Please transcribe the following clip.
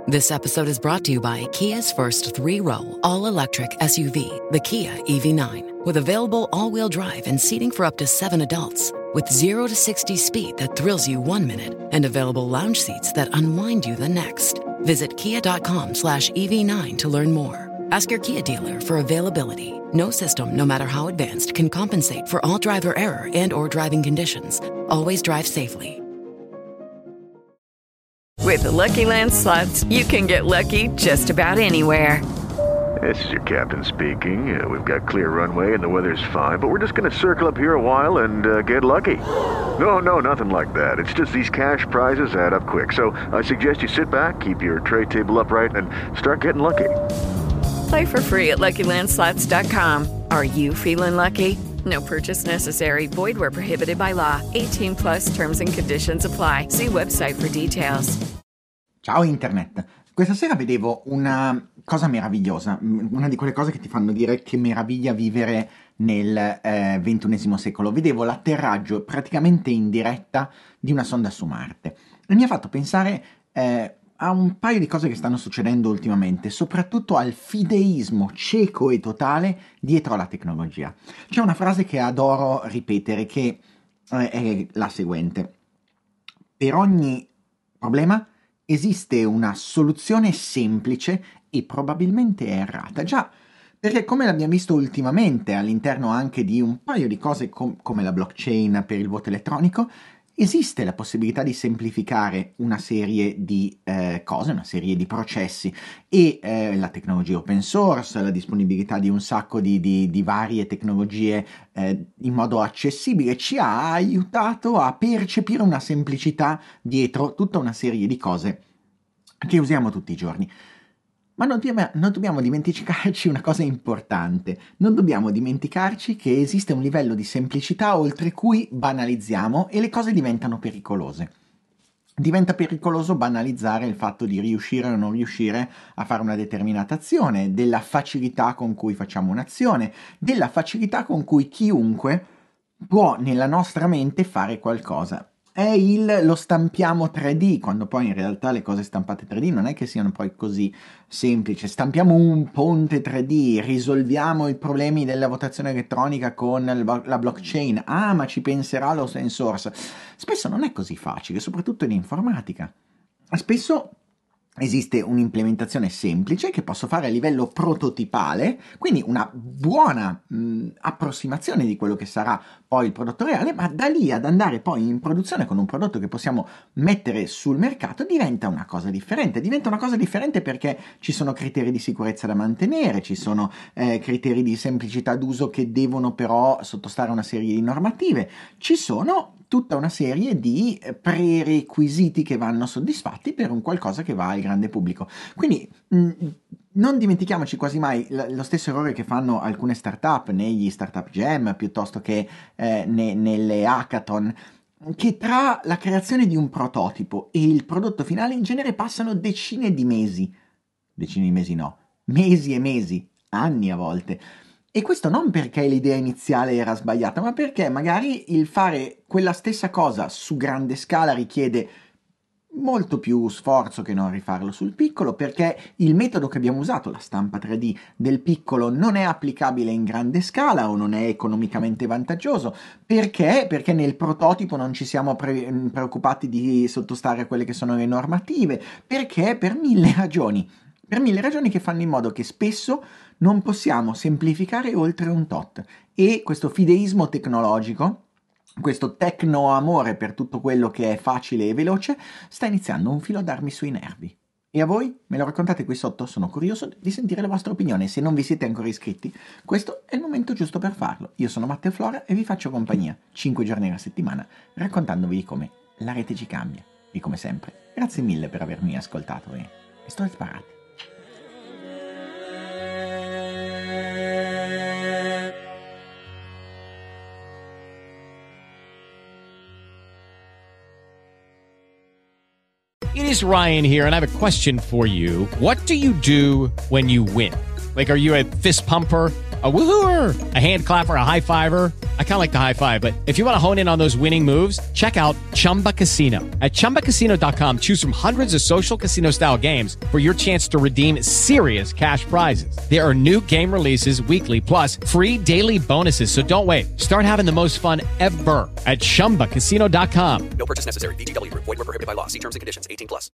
This episode is brought to you by Kia's first 3-row, all-electric SUV, the Kia EV9, with available all-wheel drive and seating for up to 7 adults. With 0 to 60 speed that thrills you 1 minute and available lounge seats that unwind you the next. Visit kia.com/EV9 to learn more. Ask your Kia dealer for availability. No system, no matter how advanced, can compensate for all driver error and or driving conditions. Always drive safely. With the Lucky Land Slots, you can get lucky just about anywhere. This is your captain speaking. We've got clear runway and the weather's fine, but we're just going to circle up here a while and get lucky. No, nothing like that. It's just these cash prizes add up quick. So I suggest you sit back, keep your tray table upright, and start getting lucky. Play for free at LuckyLandSlots.com. Are you feeling lucky? No purchase necessary. Void where prohibited by law. 18 plus terms and conditions apply. See website for details. Ciao Internet. Questa sera vedevo una cosa meravigliosa, una di quelle cose che ti fanno dire che meraviglia vivere nel XXI secolo. Vedevo l'atterraggio praticamente in diretta di una sonda su Marte e mi ha fatto pensare a un paio di cose che stanno succedendo ultimamente, soprattutto al fideismo cieco e totale dietro alla tecnologia. C'è una frase che adoro ripetere che è la seguente: per ogni problema esiste una soluzione semplice e probabilmente errata. Già, perché come l'abbiamo visto ultimamente all'interno anche di un paio di cose come la blockchain per il voto elettronico, esiste la possibilità di semplificare una serie di cose, una serie di processi e la tecnologia open source, la disponibilità di un sacco di varie tecnologie in modo accessibile ci ha aiutato a percepire una semplicità dietro tutta una serie di cose che usiamo tutti i giorni. Ma non dobbiamo dimenticarci una cosa importante. Non dobbiamo dimenticarci che esiste un livello di semplicità oltre cui banalizziamo e le cose diventano pericolose. Diventa pericoloso banalizzare il fatto di riuscire o non riuscire a fare una determinata azione, della facilità con cui facciamo un'azione, della facilità con cui chiunque può nella nostra mente fare qualcosa. È lo stampiamo 3D, quando poi in realtà le cose stampate 3D non è che siano poi così semplici. Stampiamo un ponte 3D, risolviamo i problemi della votazione elettronica con la blockchain. Ah, ma ci penserà l'open source. Spesso non è così facile, soprattutto in informatica. Spesso esiste un'implementazione semplice che posso fare a livello prototipale, quindi una buona approssimazione di quello che sarà poi il prodotto reale, ma da lì ad andare poi in produzione con un prodotto che possiamo mettere sul mercato diventa una cosa differente. Diventa una cosa differente perché ci sono criteri di sicurezza da mantenere, ci sono criteri di semplicità d'uso che devono però sottostare a una serie di normative, ci sono tutta una serie di prerequisiti che vanno soddisfatti per un qualcosa che va al grande pubblico. Quindi non dimentichiamoci quasi mai lo stesso errore che fanno alcune startup negli startup jam piuttosto che nelle hackathon, che tra la creazione di un prototipo e il prodotto finale in genere passano mesi e mesi, anni a volte. E questo non perché l'idea iniziale era sbagliata, ma perché magari il fare quella stessa cosa su grande scala richiede molto più sforzo che non rifarlo sul piccolo, perché il metodo che abbiamo usato, la stampa 3D del piccolo, non è applicabile in grande scala o non è economicamente vantaggioso, perché nel prototipo non ci siamo preoccupati di sottostare a quelle che sono le normative, perché per mille ragioni che fanno in modo che spesso non possiamo semplificare oltre un tot. E questo fideismo tecnologico, questo tecno-amore per tutto quello che è facile e veloce, sta iniziando un filo a darmi sui nervi. E a voi? Me lo raccontate qui sotto? Sono curioso di sentire la vostra opinione. Se non vi siete ancora iscritti, questo è il momento giusto per farlo. Io sono Matteo Flora e vi faccio compagnia 5 giorni alla settimana raccontandovi di come la rete ci cambia. E come sempre, grazie mille per avermi ascoltato e sto sparati. It is Ryan here, and I have a question for you. What do you do when you win? Like, are you a fist pumper? A woohooer, a hand clapper, a high fiver. I kind of like the high five, but if you want to hone in on those winning moves, check out Chumba Casino. At ChumbaCasino.com, choose from hundreds of social casino style games for your chance to redeem serious cash prizes. There are new game releases weekly, plus free daily bonuses. So don't wait. Start having the most fun ever at ChumbaCasino.com. No purchase necessary. VGW Group. Void where prohibited by law. See terms and conditions. 18+.